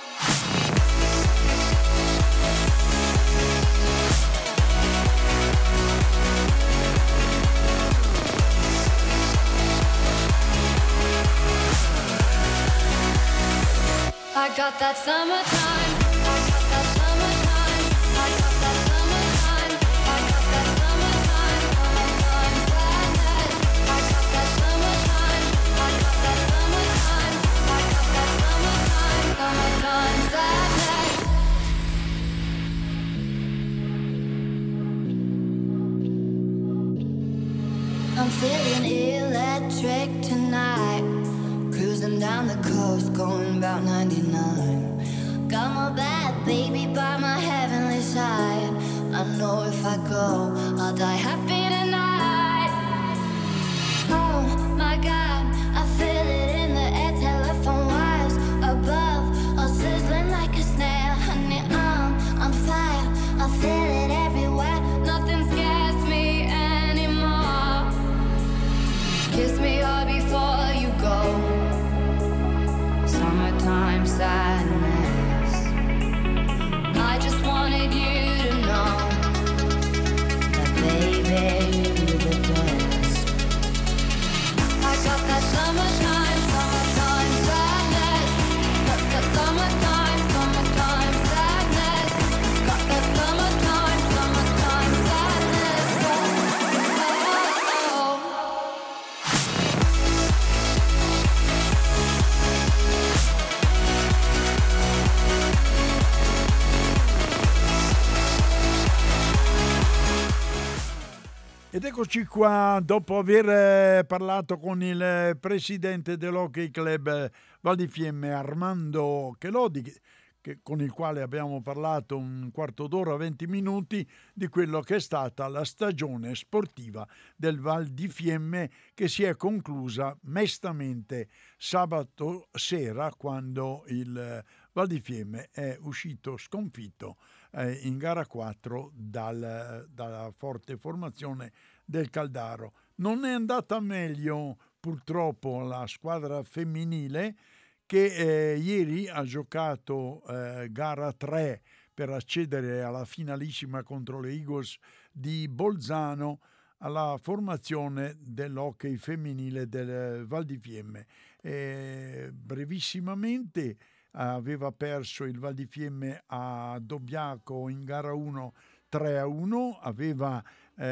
I got that summertime. I got that summertime. I got that summertime. I got that summertime. Sadness. I got that summertime. I got that summertime. I got that summertime sadness. I'm feeling electric tonight. Cruising down the coast, going about 99. Got my bad baby by my heavenly side. I know if I go, I'll die happy tonight. Oh my God, I feel it in the air. Telephone wires above, all sizzling like a snare. Honey, I'm on fire. I feel it everywhere. Nothing scares me anymore. Kiss me hard before you go. Summertime sadness. I just wanted you to know that baby, you're the best. I got that summertime sadness. Summertime sadness. Got that summertime sadness. Oh, oh, oh. Ed eccoci qua, dopo aver parlato con il presidente dell'Hockey Club Val di Fiemme, Armando Chelodi, con il quale abbiamo parlato un quarto d'ora, 20 minuti, di quello che è stata la stagione sportiva del Val di Fiemme, che si è conclusa mestamente sabato sera, quando il Val di Fiemme è uscito sconfitto in gara 4 dalla forte formazione del Caldaro. Non è andata meglio purtroppo la squadra femminile, che ieri ha giocato gara 3 per accedere alla finalissima contro le Eagles di Bolzano, alla formazione dell'hockey femminile del Val di Fiemme. Brevissimamente aveva perso il Val di Fiemme a Dobbiaco in gara 1 3-1, aveva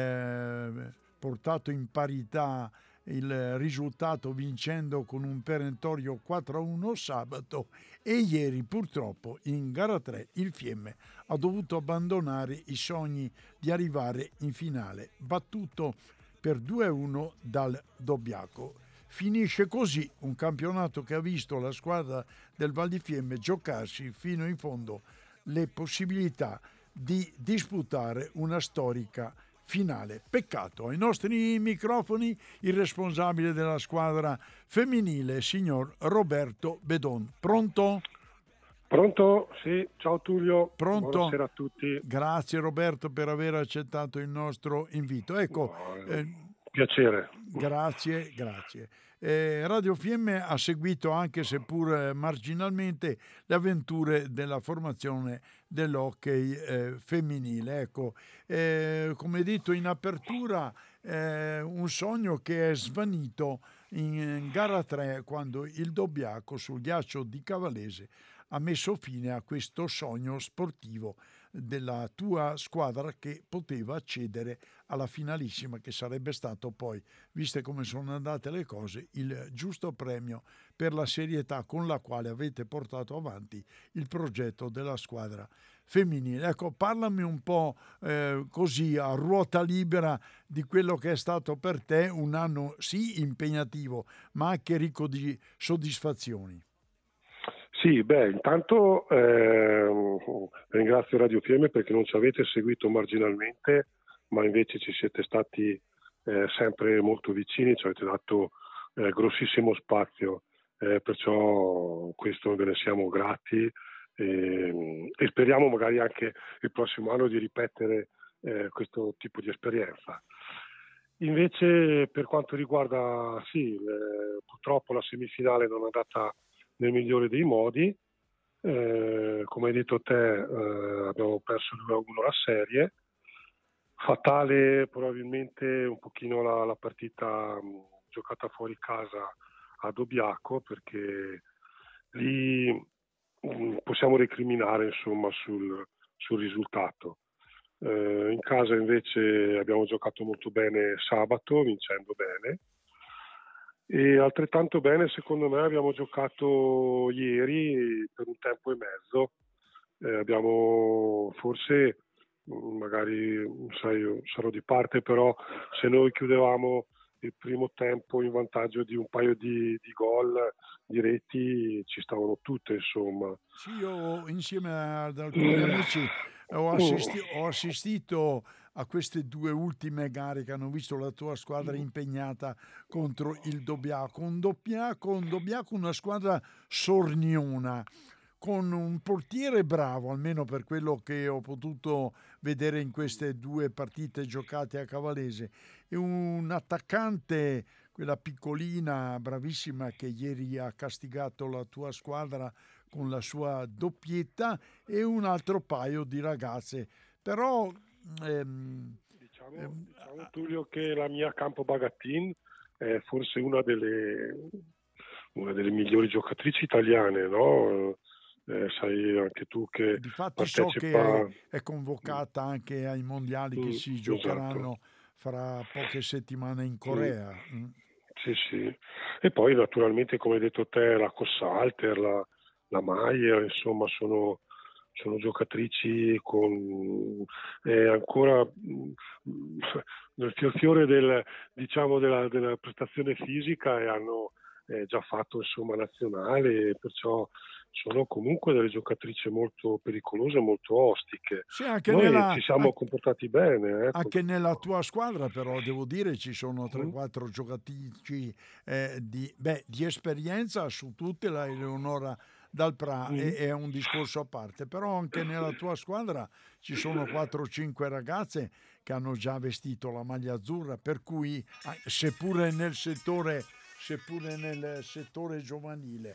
portato in parità il risultato vincendo con un perentorio 4-1 sabato, e ieri purtroppo in gara 3 il Fiemme ha dovuto abbandonare i sogni di arrivare in finale, battuto per 2-1 dal Dobbiaco. Finisce così un campionato che ha visto la squadra del Val di Fiemme giocarsi fino in fondo le possibilità di disputare una storica finale. Peccato. Ai nostri microfoni il responsabile della squadra femminile, signor Roberto Bedon. Pronto? Pronto? Sì, ciao Tullio. Pronto? Buonasera a tutti. Grazie Roberto per aver accettato il nostro invito. Ecco, piacere. Grazie. Radio Fiemme ha seguito, anche seppur marginalmente, le avventure della formazione dell'hockey femminile. Ecco, come detto in apertura, un sogno che è svanito in gara 3 quando il Dobbiaco sul ghiaccio di Cavallese ha messo fine a questo sogno sportivo della tua squadra che poteva accedere alla finalissima, che sarebbe stato poi, viste come sono andate le cose, il giusto premio per la serietà con la quale avete portato avanti il progetto della squadra femminile. Ecco, parlami un po' così a ruota libera di quello che è stato per te un anno sì impegnativo, ma anche ricco di soddisfazioni. Sì, intanto ringrazio Radio Fiemme perché non ci avete seguito marginalmente, ma invece ci siete stati sempre molto vicini, ci avete dato grossissimo spazio, perciò questo ve ne siamo grati e speriamo magari anche il prossimo anno di ripetere questo tipo di esperienza. Invece per quanto riguarda, purtroppo la semifinale non è andata nel migliore dei modi, come hai detto te abbiamo perso 2-1 la serie, fatale probabilmente un pochino la partita giocata fuori casa a Dobbiaco, perché lì possiamo recriminare insomma sul risultato. In casa invece abbiamo giocato molto bene sabato, vincendo bene. E altrettanto bene secondo me abbiamo giocato ieri per un tempo e mezzo. Abbiamo forse, magari io sarò di parte, però se noi chiudevamo il primo tempo in vantaggio di un paio di gol, di reti, ci stavano tutte insomma. Sì, io insieme ad alcuni amici ho assistito a queste due ultime gare che hanno visto la tua squadra impegnata contro il Dobbiaco. Un Dobbiaco, una squadra sorniona, con un portiere bravo, almeno per quello che ho potuto vedere in queste due partite giocate a Cavallese, e un attaccante, quella piccolina, bravissima, che ieri ha castigato la tua squadra con la sua doppietta, e un altro paio di ragazze. Però diciamo Tullio che la mia Campo Bagattin è forse una delle migliori giocatrici italiane, no? Sai anche tu che difatti so che è convocata anche ai mondiali che si giocheranno fra poche settimane in Corea. Sì. E poi naturalmente, come hai detto te, la Kossalter, la Maier, insomma sono giocatrici con ancora nel fiore della prestazione fisica, e hanno già fatto insomma nazionale, perciò sono comunque delle giocatrici molto pericolose, molto ostiche. Sì, anche noi ci siamo comportati bene. Anche nella tua squadra però devo dire ci sono 3-4 giocatrici di esperienza, su tutte la Eleonora Dalprà è un discorso a parte, però anche nella tua squadra ci sono 4-5 ragazze che hanno già vestito la maglia azzurra, per cui seppure nel settore giovanile,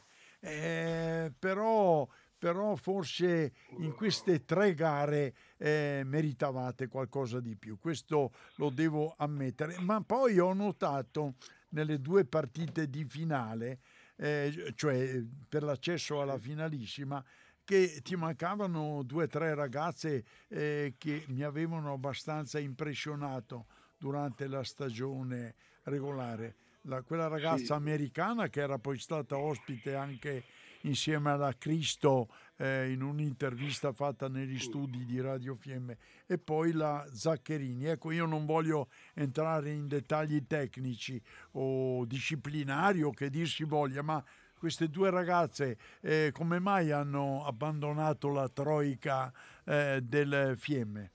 però forse in queste 3 gare meritavate qualcosa di più, questo lo devo ammettere. Ma poi ho notato nelle 2 partite di finale, cioè per l'accesso alla finalissima, che ti mancavano 2-3 ragazze che mi avevano abbastanza impressionato durante la stagione regolare. Quella ragazza americana che era poi stata ospite anche insieme alla Cristo in un'intervista fatta negli studi di Radio Fiemme, e poi la Zaccherini. Ecco, io non voglio entrare in dettagli tecnici o disciplinari o che dir si voglia, ma queste 2 ragazze come mai hanno abbandonato la troica del Fiemme?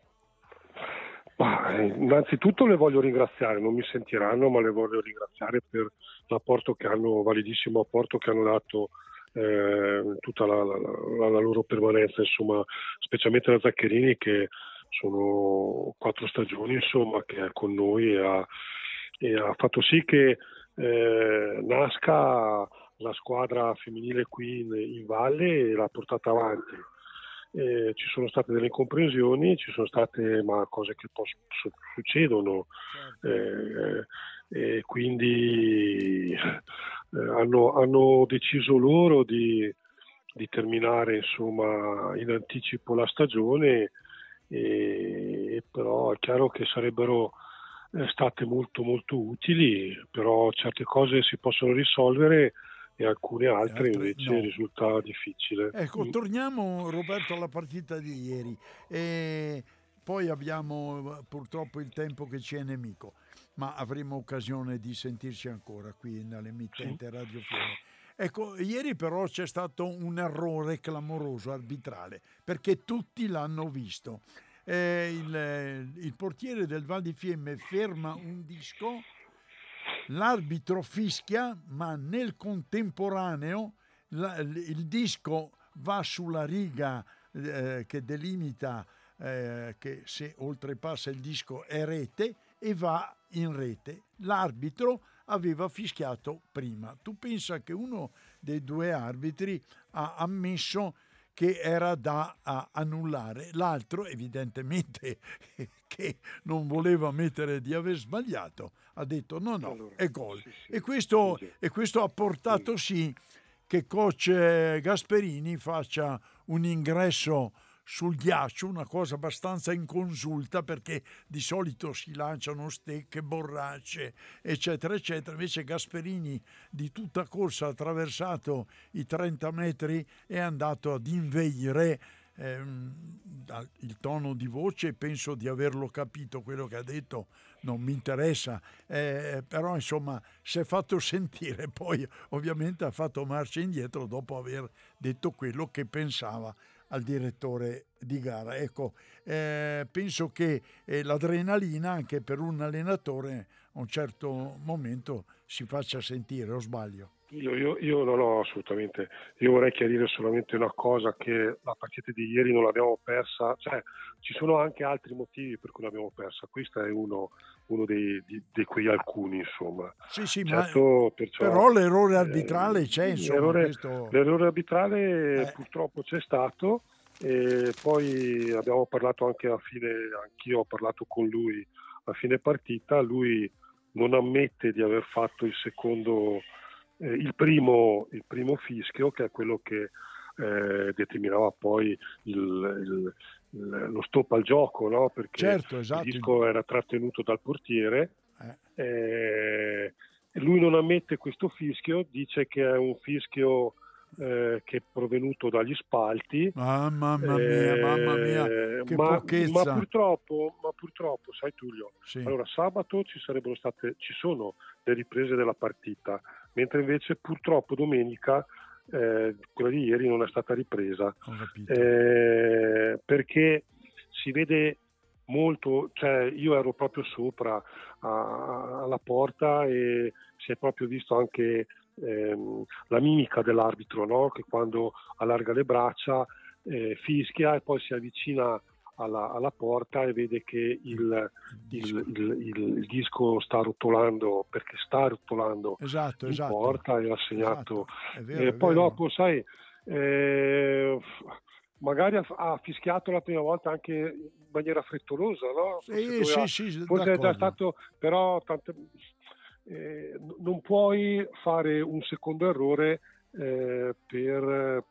Innanzitutto le voglio ringraziare, non mi sentiranno, ma le voglio ringraziare per l'apporto che hanno, validissimo apporto che hanno dato tutta la loro permanenza, insomma, specialmente la Zaccherini, che sono 4 stagioni insomma che è con noi e ha fatto sì che nasca la squadra femminile qui in Valle, e l'ha portata avanti. Ci sono state delle incomprensioni, ci sono state cose che succedono, e quindi hanno deciso loro di terminare insomma in anticipo la stagione, però è chiaro che sarebbero state molto molto utili, però certe cose si possono risolvere e alcune altre invece no. risulta difficile. Ecco, torniamo Roberto alla partita di ieri e poi abbiamo purtroppo il tempo che ci è nemico, ma avremo occasione di sentirci ancora qui nell'emittente Radio Fiemme. Ecco, ieri però c'è stato un errore clamoroso arbitrale, perché tutti l'hanno visto. Il portiere del Val di Fiemme ferma un disco, l'arbitro fischia, ma nel contemporaneo il disco va sulla riga che delimita che se oltrepassa il disco è rete e va in rete. L'arbitro aveva fischiato prima. Tu pensa che uno dei due arbitri ha ammesso che era da annullare, l'altro evidentemente che non voleva ammettere di aver sbagliato ha detto no, allora, è gol. Sì. E questo ha portato sì che coach Gasperini faccia un ingresso sul ghiaccio, una cosa abbastanza inconsulta, perché di solito si lanciano stecche, borracce, eccetera, eccetera. Invece Gasperini di tutta corsa ha attraversato i 30 metri e è andato ad inveire il tono di voce, penso di averlo capito quello che ha detto, non mi interessa, però insomma si è fatto sentire, poi ovviamente ha fatto marcia indietro dopo aver detto quello che pensava al direttore di gara. Ecco, penso che l'adrenalina anche per un allenatore a un certo momento si faccia sentire, o sbaglio? Io non ho assolutamente, io vorrei chiarire solamente una cosa, che la partita di ieri non l'abbiamo persa, cioè ci sono anche altri motivi per cui l'abbiamo persa, questo è uno di quei alcuni, insomma. Sì, certo, però l'errore arbitrale c'è, insomma. L'errore arbitrale purtroppo c'è stato, e poi abbiamo parlato anche a fine, anch'io ho parlato con lui a fine partita, lui non ammette di aver fatto il secondo, il primo fischio, che è quello che determinava poi lo stop al gioco, no? Perché certo, esatto. Il disco era trattenuto dal portiere, lui non ammette questo fischio, dice che è un fischio che è provenuto dagli spalti. Mamma mia, che pochezza. Ma purtroppo, sai Tullio, sì. Allora sabato ci sono le riprese della partita, mentre invece purtroppo domenica quella di ieri non è stata ripresa, perché si vede molto, cioè io ero proprio sopra alla porta e si è proprio visto anche la mimica dell'arbitro, no? Che quando allarga le braccia fischia e poi si avvicina alla porta e vede che il disco sta rotolando, perché sta rotolando esatto. porta, e ha segnato. È vero, poi dopo, sai, magari ha fischiato la prima volta anche in maniera frettolosa, no? Sì, forse è già stato, però non puoi fare un secondo errore per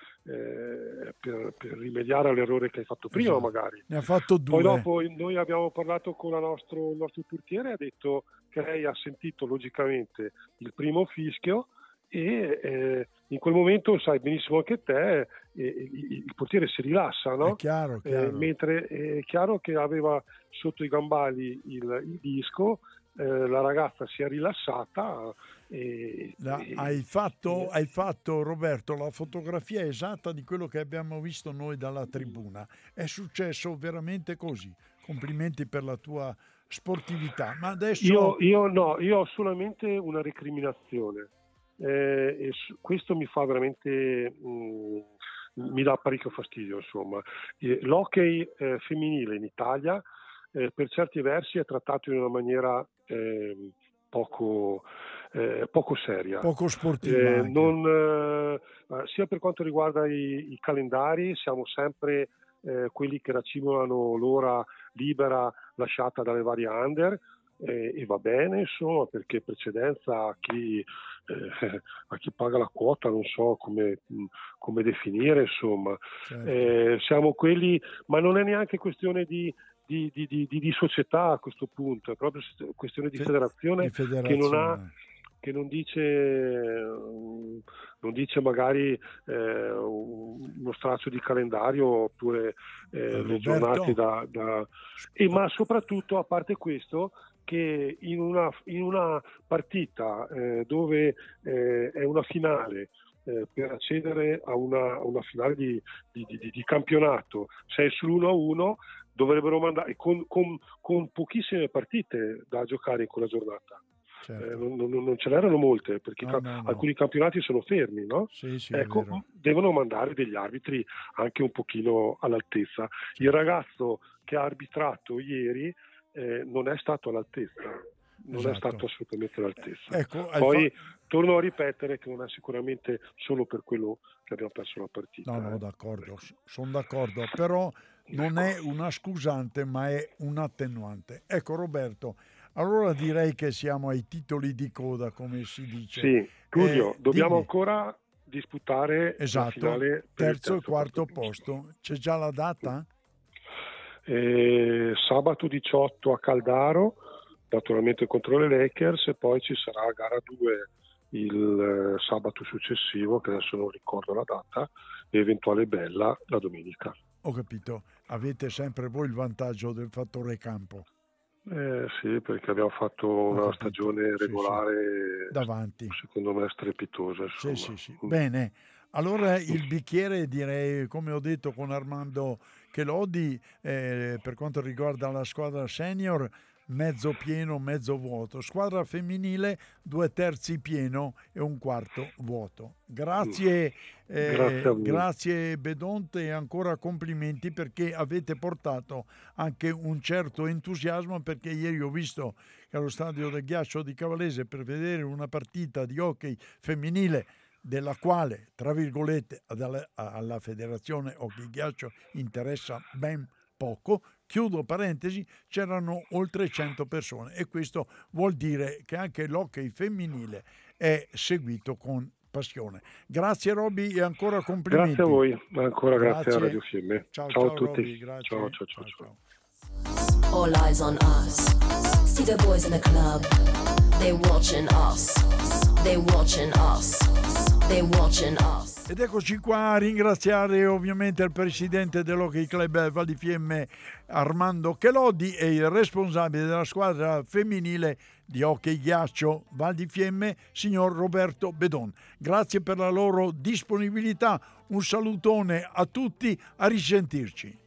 rimediare all'errore che hai fatto prima, esatto. Magari ne ha fatto due. Poi dopo noi abbiamo parlato con il nostro portiere, ha detto che lei ha sentito logicamente il primo fischio e in quel momento, sai benissimo anche te, il portiere si rilassa, no? È chiaro. Mentre è chiaro che aveva sotto i gambali il disco, la ragazza si è rilassata. Hai fatto Roberto la fotografia esatta di quello che abbiamo visto noi dalla tribuna. È successo veramente così. Complimenti per la tua sportività. Ma adesso io ho solamente una recriminazione. E questo mi fa veramente mi dà parecchio fastidio, insomma. L'hockey femminile in Italia per certi versi è trattato in una maniera poco seria, poco sportiva, sia per quanto riguarda i calendari. Siamo sempre quelli che racimolano l'ora libera lasciata dalle varie under, e va bene, insomma, perché precedenza a chi paga la quota, non so come definire, insomma. Certo. Siamo quelli, ma non è neanche questione di società a questo punto, è proprio questione di federazione, che non dice magari uno straccio di calendario oppure le giornate ma soprattutto, a parte questo, che in una partita dove è una finale, per accedere a una finale di campionato, sei sull'1-1, dovrebbero mandare con pochissime partite da giocare in quella giornata. Certo. Non ce n'erano molte, perché alcuni campionati sono fermi, no? Sì, ecco, devono mandare degli arbitri anche un pochino all'altezza. Sì. Il ragazzo che ha arbitrato ieri non è stato all'altezza, è stato assolutamente all'altezza. Ecco, poi torno a ripetere che non è sicuramente solo per quello che abbiamo perso la partita. No, d'accordo, sono d'accordo, però non è una scusante, ma è un attenuante. Ecco, Roberto, allora direi che siamo ai titoli di coda, come si dice. Sì, Tullio, dobbiamo dimmi. ancora disputare la finale per terzo e quarto posto. C'è già la data? Sabato 18 a Caldaro, naturalmente contro le Lakers, e poi ci sarà gara 2 il sabato successivo, che adesso non ricordo la data, e eventuale bella la domenica. Ho capito, avete sempre voi il vantaggio del fattore campo. Sì, perché abbiamo fatto una stagione regolare davanti, secondo me strepitosa. Sì. Bene, allora il bicchiere, direi, come ho detto con Armando Chelodi, per quanto riguarda la squadra senior, mezzo pieno, mezzo vuoto. Squadra femminile, 2/3 pieno e 1/4 vuoto. Grazie Bedonte, e ancora complimenti, perché avete portato anche un certo entusiasmo, perché ieri ho visto che allo stadio del Ghiaccio di Cavallese, per vedere una partita di hockey femminile, della quale, tra virgolette, alla Federazione Hockey Ghiaccio interessa ben poco, chiudo parentesi, c'erano oltre 100 persone, e questo vuol dire che anche l'hockey femminile è seguito con passione. Grazie Robby, e ancora complimenti. Grazie a voi, ancora grazie a Radio Fiemme. Ciao a tutti. Robby, grazie. Ciao. All eyes on us. See the boys in the club. They watching us. They watching us. They watching us. Ed eccoci qua a ringraziare ovviamente il presidente dell'Hockey Club Val di Fiemme, Armando Chelodi, e il responsabile della squadra femminile di hockey ghiaccio Val di Fiemme, signor Roberto Bedon. Grazie per la loro disponibilità, un salutone a tutti, a risentirci.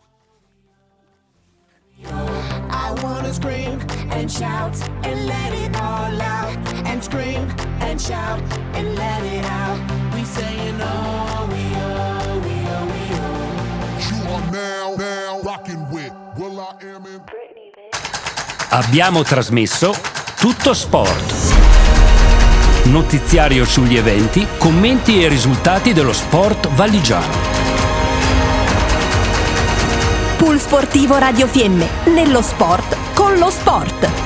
I wanna scream and shout and let it all out, and scream and shout and let it out. We saying oh, we oh, we oh, we oh. You are now rocking with Will I Am in. Abbiamo trasmesso Tutto Sport. Notiziario sugli eventi, commenti e risultati dello sport valligiano. Pool sportivo Radio Fiemme, nello sport con lo sport.